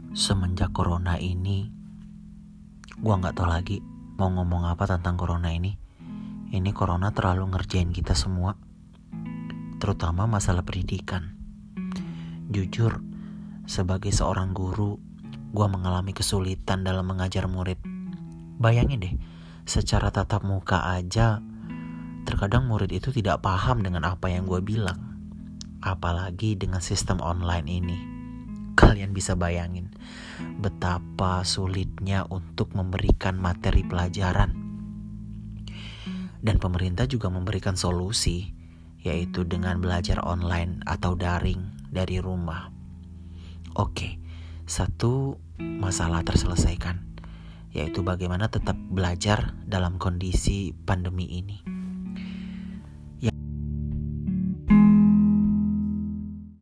Semenjak corona ini, gua gak tahu lagi mau ngomong apa tentang corona ini. Ini corona terlalu ngerjain kita semua, terutama masalah pendidikan. Jujur, sebagai seorang guru, gua mengalami kesulitan dalam mengajar murid. Bayangin deh, secara tatap muka aja, terkadang murid itu tidak paham dengan apa yang gua bilang. Apalagi dengan sistem online ini. Kalian bisa bayangin betapa sulitnya untuk memberikan materi pelajaran. Dan pemerintah juga memberikan solusi, yaitu dengan belajar online atau daring dari rumah. Oke, satu masalah terselesaikan, yaitu bagaimana tetap belajar dalam kondisi pandemi ini.